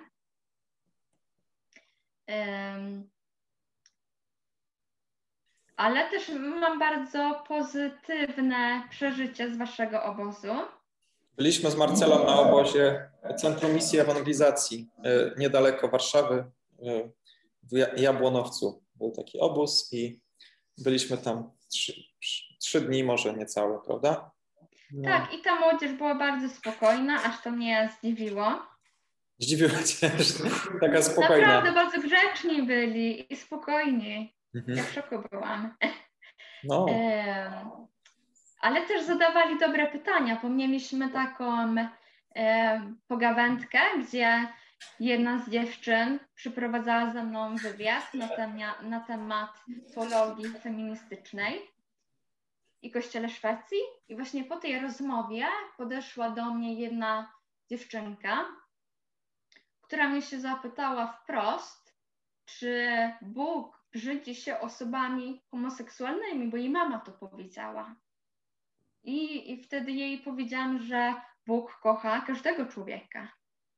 Ale też mam bardzo pozytywne przeżycie z waszego obozu. Byliśmy z Marcelą na obozie Centrum Misji Ewangelizacji, niedaleko Warszawy, w Jabłonowcu. Był taki obóz i byliśmy tam 3 dni, może niecałe, prawda? No. Tak, i ta młodzież była bardzo spokojna, aż to mnie zdziwiło. Zdziwiło cię, że taka spokojna. Naprawdę bardzo grzeczni byli i spokojni. Mhm. Ja w szoku byłam. No. Ale też zadawali dobre pytania, bo mieliśmy taką pogawędkę, gdzie jedna z dziewczyn przeprowadzała ze mną wywiad na temat teologii feministycznej i Kościele Szwecji. I właśnie po tej rozmowie podeszła do mnie jedna dziewczynka, która mnie się zapytała wprost, czy Bóg brzydzi się osobami homoseksualnymi, bo jej mama to powiedziała. I wtedy jej powiedziałam, że Bóg kocha każdego człowieka.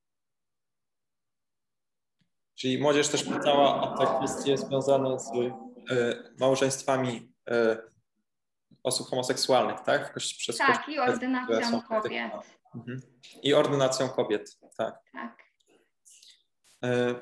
Czyli młodzież też pytała o te kwestie związane z małżeństwami osób homoseksualnych, tak? Tak, i ordynacją kobiet. Mhm. I ordynacją kobiet, tak. Tak.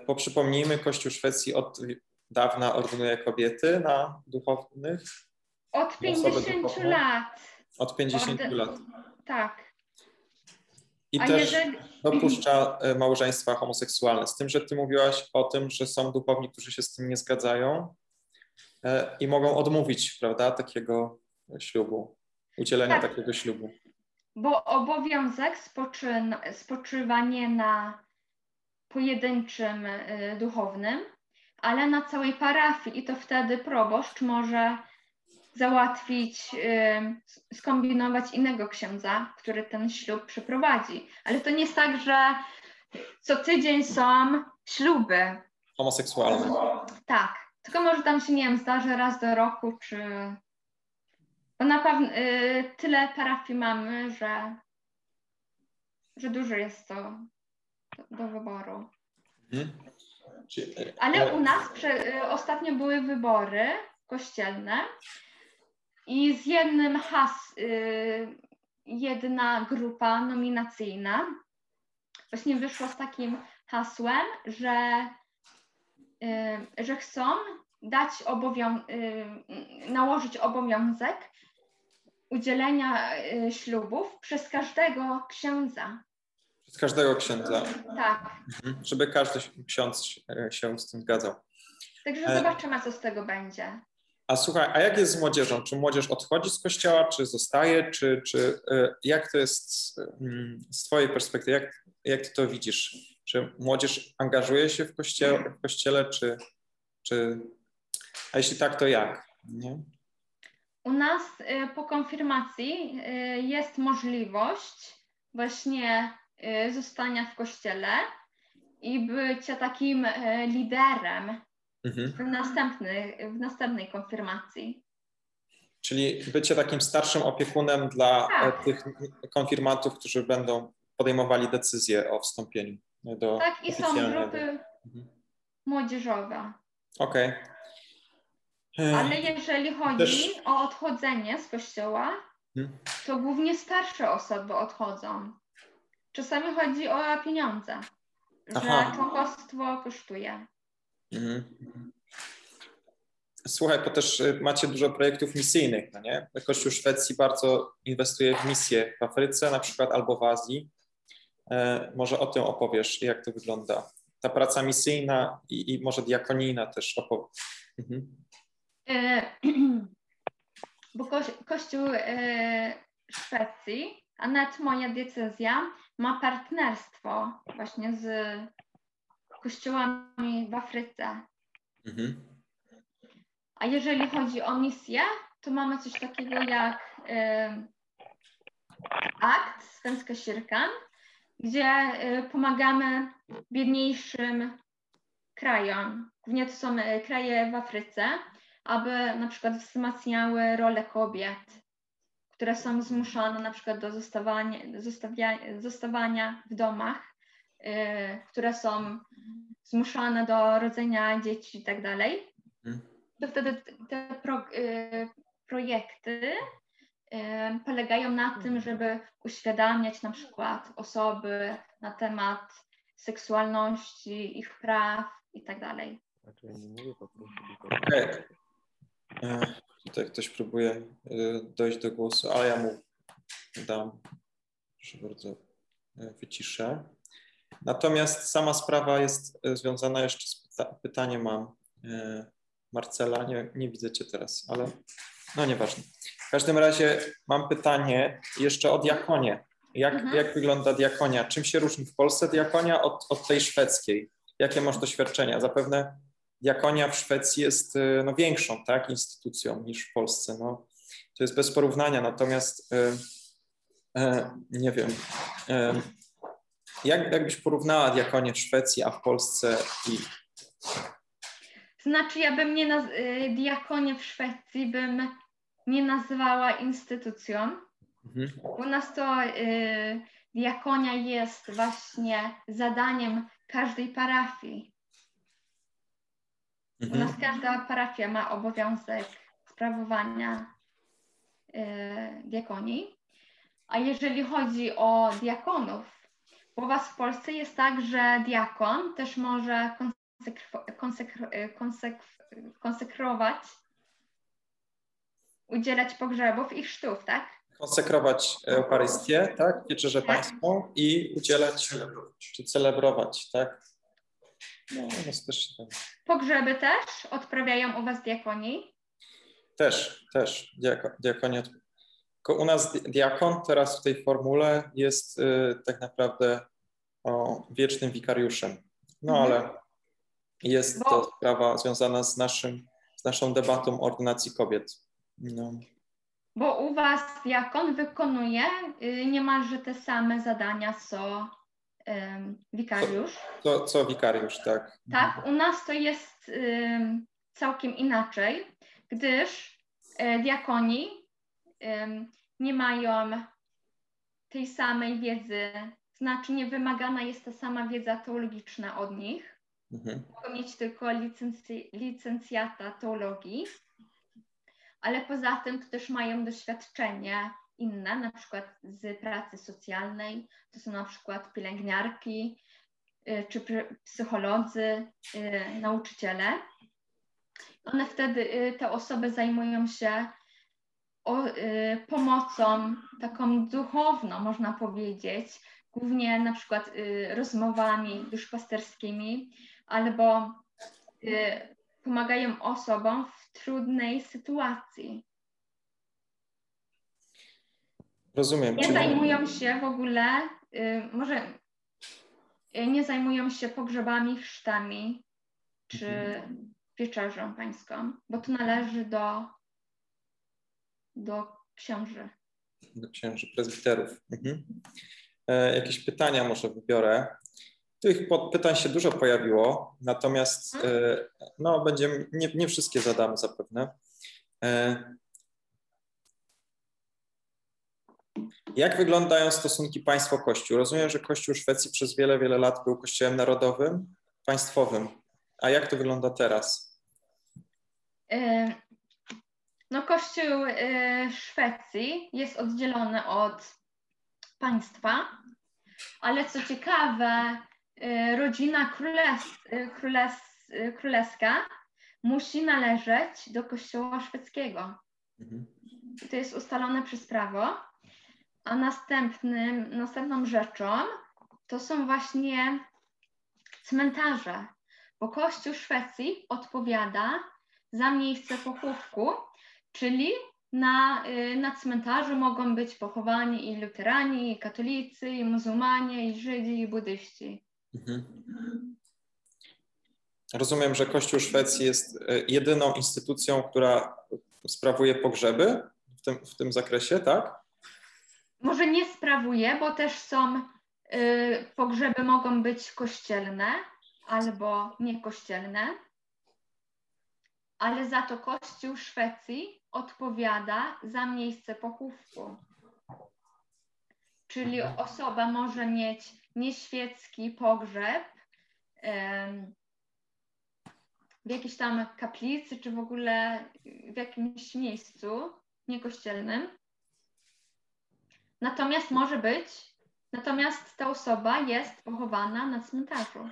Przypomnijmy, Kościół Szwecji od dawna ordynuje kobiety na duchownych. Od osoby 50 duchowne? lat. Od 50 lat. Tak. I A też jeżeli... dopuszcza małżeństwa homoseksualne. Z tym, że ty mówiłaś o tym, że są duchowni, którzy się z tym nie zgadzają i mogą odmówić, prawda, takiego ślubu, udzielenia Tak. takiego ślubu. Bo obowiązek spoczywa nie na pojedynczym duchownym, ale na całej parafii i to wtedy proboszcz może załatwić, skombinować innego księdza, który ten ślub przeprowadzi. Ale to nie jest tak, że co tydzień są śluby. Homoseksualne. Tak, tylko może tam się, nie wiem, zdarzy raz do roku, czy... Bo na pewno tyle parafii mamy, że dużo jest to do wyboru. Ale u nas ostatnio były wybory kościelne i z jednym jedna grupa nominacyjna właśnie wyszła z takim hasłem, że chcą dać nałożyć obowiązek udzielenia ślubów przez każdego księdza. Przez każdego księdza. Tak. Żeby każdy ksiądz się z tym zgadzał. Także zobaczymy, co z tego będzie. A słuchaj, a jak jest z młodzieżą? Czy młodzież odchodzi z kościoła, czy zostaje, czy jak to jest z twojej perspektywy? Jak ty to widzisz? Czy młodzież angażuje się w kościele, a jeśli tak, to jak? Nie? U nas po konfirmacji jest możliwość właśnie zostania w kościele i bycia takim liderem w następnej konfirmacji. Czyli bycie takim starszym opiekunem dla tych konfirmantów, którzy będą podejmowali decyzję o wstąpieniu do tak, i są grupy młodzieżowe. Okej. Ale jeżeli chodzi o odchodzenie z kościoła, to głównie starsze osoby odchodzą. Czasami chodzi o pieniądze, że członkostwo kosztuje. Słuchaj, to też macie dużo projektów misyjnych, no nie? Kościół Szwecji bardzo inwestuje w misje w Afryce na przykład albo w Azji. Może o tym opowiesz, jak to wygląda. Ta praca misyjna i może diakonijna też opowiesz. Bo Kościół Szwecji, a nawet moja diecezja ma partnerstwo właśnie z kościołami w Afryce. A jeżeli chodzi o misję, to mamy coś takiego jak akt Svenska Kyrkan, gdzie pomagamy biedniejszym krajom. Głównie to są kraje w Afryce, aby na przykład wzmacniały rolę kobiet, które są zmuszone na przykład do zostawania w domach, które są zmuszane do rodzenia dzieci i tak dalej. To wtedy te projekty polegają na tym, żeby uświadamiać na przykład osoby na temat seksualności, ich praw i tak dalej. Okay. Tutaj ktoś próbuje dojść do głosu, ale ja mu dam, proszę bardzo, wyciszę. Natomiast sama sprawa jest związana jeszcze z pytaniem mam Marcela, nie widzę cię teraz, ale no nieważne. W każdym razie mam pytanie jeszcze o diakonię. Jak wygląda diakonia? Czym się różni w Polsce diakonia od tej szwedzkiej? Jakie masz doświadczenia? Zapewne diakonia w Szwecji jest większą, tak, instytucją niż w Polsce. No, to jest bez porównania, natomiast nie wiem, jakbyś porównała diakonię w Szwecji, a w Polsce i... Znaczy, ja bym diakonię w Szwecji bym nie nazwała instytucją. U nas to diakonia jest właśnie zadaniem każdej parafii. U nas każda parafia ma obowiązek sprawowania diakonii. A jeżeli chodzi o diakonów, u was w Polsce jest tak, że diakon też może konsekrować udzielać pogrzebów i chrztów, tak? Konsekrować Eucharystię, tak? Wieczerzę Tak. Pańską i udzielać, czy celebrować, tak? No, też tak. Pogrzeby też odprawiają u was diakoni? Też. Diakonie. Tylko u nas diakon teraz w tej formule jest tak naprawdę wiecznym wikariuszem. No ale jest to sprawa związana z naszą debatą o ordynacji kobiet. No. Bo u was diakon wykonuje niemalże te same zadania, co wikariusz. Co wikariusz, tak. Tak, u nas to jest całkiem inaczej, gdyż diakoni nie mają tej samej wiedzy, znaczy nie wymagana jest ta sama wiedza teologiczna od nich. Mogą mieć tylko licencjata teologii, ale poza tym to też mają doświadczenie inne, na przykład z pracy socjalnej, to są na przykład pielęgniarki, czy psycholodzy, nauczyciele. One wtedy, te osoby zajmują się pomocą taką duchowną, można powiedzieć, głównie na przykład rozmowami duszpasterskimi, albo pomagają osobom w trudnej sytuacji. Rozumiem. Nie zajmują się w ogóle, może nie zajmują się pogrzebami, chrztami czy wieczerzą pańską, bo to należy do księży. Do księży, prezbiterów. Jakieś pytania może wybiorę. Tych pytań się dużo pojawiło, natomiast no, nie wszystkie zadamy zapewne. Jak wyglądają stosunki państwo-kościół? Rozumiem, że Kościół Szwecji przez wiele, wiele lat był kościołem narodowym, państwowym. A jak to wygląda teraz? No, Kościół Szwecji jest oddzielony od państwa, ale co ciekawe, rodzina królewska musi należeć do Kościoła szwedzkiego. To jest ustalone przez prawo. A następną rzeczą to są właśnie cmentarze, bo Kościół Szwecji odpowiada za miejsce pochówku, czyli na cmentarzu mogą być pochowani i luterani, i katolicy, i muzułmanie, i Żydzi, i buddyści. Rozumiem, że Kościół Szwecji jest jedyną instytucją, która sprawuje pogrzeby w tym zakresie, tak? Może nie sprawuje, bo też są pogrzeby mogą być kościelne albo niekościelne, ale za to Kościół Szwecji odpowiada za miejsce pochówku. Czyli osoba może mieć nieświecki pogrzeb w jakiejś tam kaplicy, czy w ogóle w jakimś miejscu niekościelnym. Natomiast ta osoba jest pochowana na cmentarzu.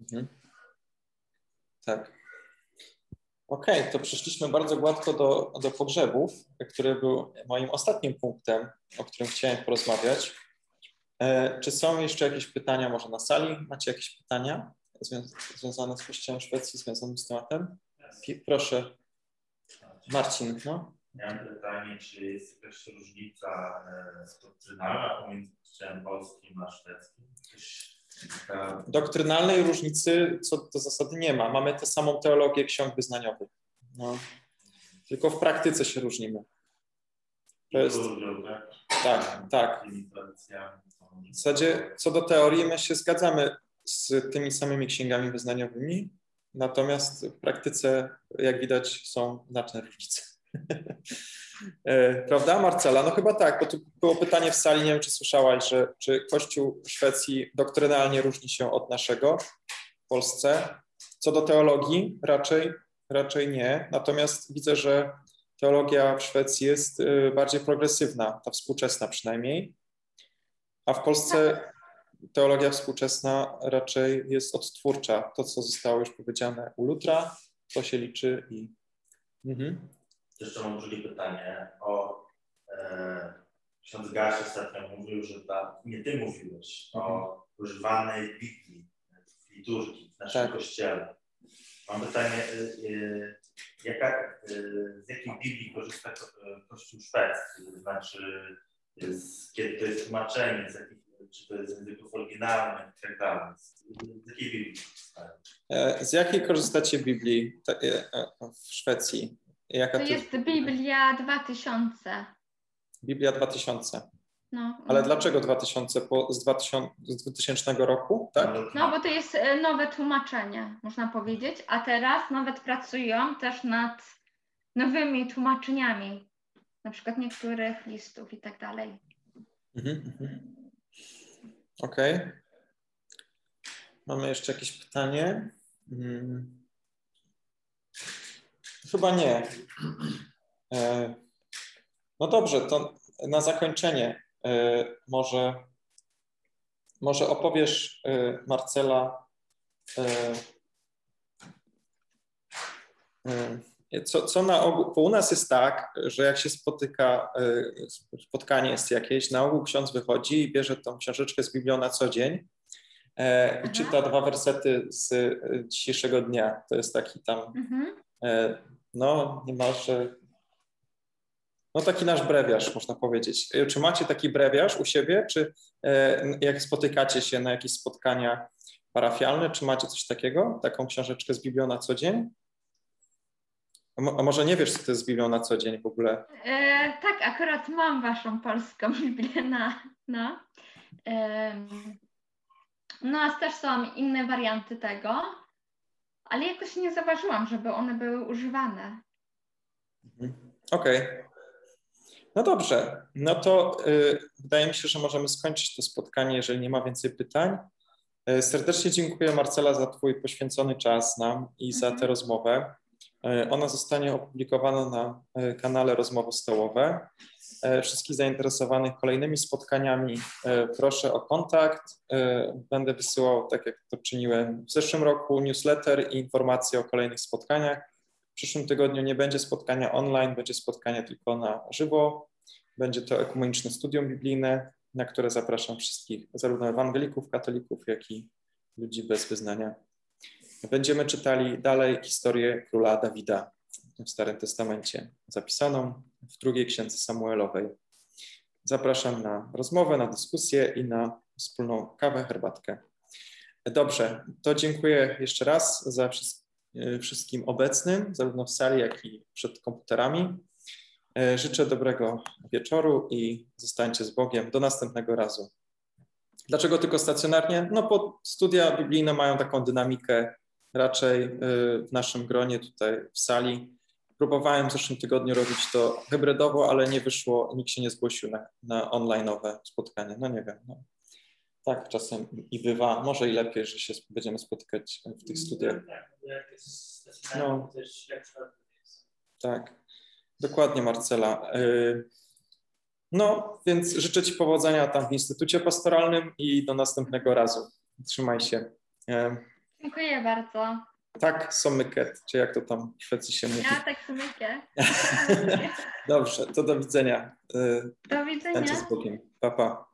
Tak. Okej, to przeszliśmy bardzo gładko do pogrzebów, który był moim ostatnim punktem, o którym chciałem porozmawiać. Czy są jeszcze jakieś pytania może na sali? Macie jakieś pytania związane z Kościołem Szwecji, związane z tematem? Proszę. Marcin, no? Miałem pytanie, czy jest jakaś różnica doktrynalna pomiędzy Kościołem polskim a szwedzkim? Doktrynalnej różnicy co do zasady nie ma. Mamy tę samą teologię ksiąg wyznaniowych. No. Tylko w praktyce się różnimy. To jest... Tak. W zasadzie co do teorii my się zgadzamy z tymi samymi księgami wyznaniowymi, natomiast w praktyce, jak widać, są znaczne różnice. Prawda, Marcela? No chyba tak, bo tu było pytanie w sali, nie wiem, czy słyszałaś, że czy Kościół Szwecji doktrynalnie różni się od naszego w Polsce. Co do teologii, raczej nie. Natomiast widzę, że teologia w Szwecji jest bardziej progresywna, ta współczesna przynajmniej, a w Polsce teologia współczesna raczej jest odtwórcza. To, co zostało już powiedziane u Lutra, to się liczy i... Jeszcze mam drugie pytanie. Ksiądz Gaś ostatnio mówił, że nie ty mówiłeś o używanej Biblii w liturgii w naszym kościele. Mam pytanie, z jakiej Biblii korzysta Kościół szwedzki? To znaczy, kiedy to jest tłumaczenie, czy to jest z języków oryginalnych i tak dalej? Z jakiej Biblii korzystają? Z jakiej korzystacie Biblii w Szwecji? Jaka To jest Biblia 2000. Biblia 2000. No. Ale dlaczego 2000? Z 2000 roku, tak? No, bo to jest nowe tłumaczenie, można powiedzieć, a teraz nawet pracują też nad nowymi tłumaczeniami, na przykład niektórych listów i tak dalej. Okej. Mamy jeszcze jakieś pytanie? Chyba nie. No dobrze, to na zakończenie może opowiesz, Marcela, co na ogół, bo u nas jest tak, że jak się spotkanie jest jakieś, na ogół ksiądz wychodzi i bierze tą książeczkę z Biblią na co dzień i czyta 2 wersety z dzisiejszego dnia. To jest taki tam, no niemalże, no taki nasz brewiarz, można powiedzieć. Czy macie taki brewiarz u siebie, czy jak spotykacie się na jakieś spotkania parafialne, czy macie coś takiego, taką książeczkę z Biblią na co dzień? A może nie wiesz, co to jest z Biblią na co dzień w ogóle? Tak, akurat mam waszą polską Biblię no a też są inne warianty tego, ale jakoś nie zauważyłam, żeby one były używane. Okej. No dobrze, no to wydaje mi się, że możemy skończyć to spotkanie, jeżeli nie ma więcej pytań. Serdecznie dziękuję, Marcela, za twój poświęcony czas nam i za tę rozmowę. Ona zostanie opublikowana na kanale Rozmowy Stołowe. Wszystkich zainteresowanych kolejnymi spotkaniami proszę o kontakt. Będę wysyłał, tak jak to czyniłem w zeszłym roku, newsletter i informacje o kolejnych spotkaniach. W przyszłym tygodniu nie będzie spotkania online, będzie spotkanie tylko na żywo. Będzie to ekumeniczne studium biblijne, na które zapraszam wszystkich, zarówno ewangelików, katolików, jak i ludzi bez wyznania. Będziemy czytali dalej historię króla Dawida w Starym Testamencie, zapisaną w 2 księdze Samuelowej. Zapraszam na rozmowę, na dyskusję i na wspólną kawę, herbatkę. Dobrze, to dziękuję jeszcze raz za wszystkim obecnym, zarówno w sali, jak i przed komputerami. Życzę dobrego wieczoru i zostańcie z Bogiem. Do następnego razu. Dlaczego tylko stacjonarnie? No bo studia biblijne mają taką dynamikę raczej w naszym gronie tutaj w sali. Próbowałem w zeszłym tygodniu robić to hybrydowo, ale nie wyszło, nikt się nie zgłosił na online'owe spotkanie. No nie wiem. No. Tak czasem i bywa. Może i lepiej, że się będziemy spotykać w tych studiach. No, tak. Dokładnie, Marcela. No, więc życzę ci powodzenia tam w Instytucie Pastoralnym i do następnego razu. Trzymaj się. Dziękuję bardzo. Tak, so mycket, czy jak to tam w Szwecji się mówi. Ja tak mycket. Dobrze, to do widzenia. Do widzenia. Stańcie z Bogiem. Pa, pa.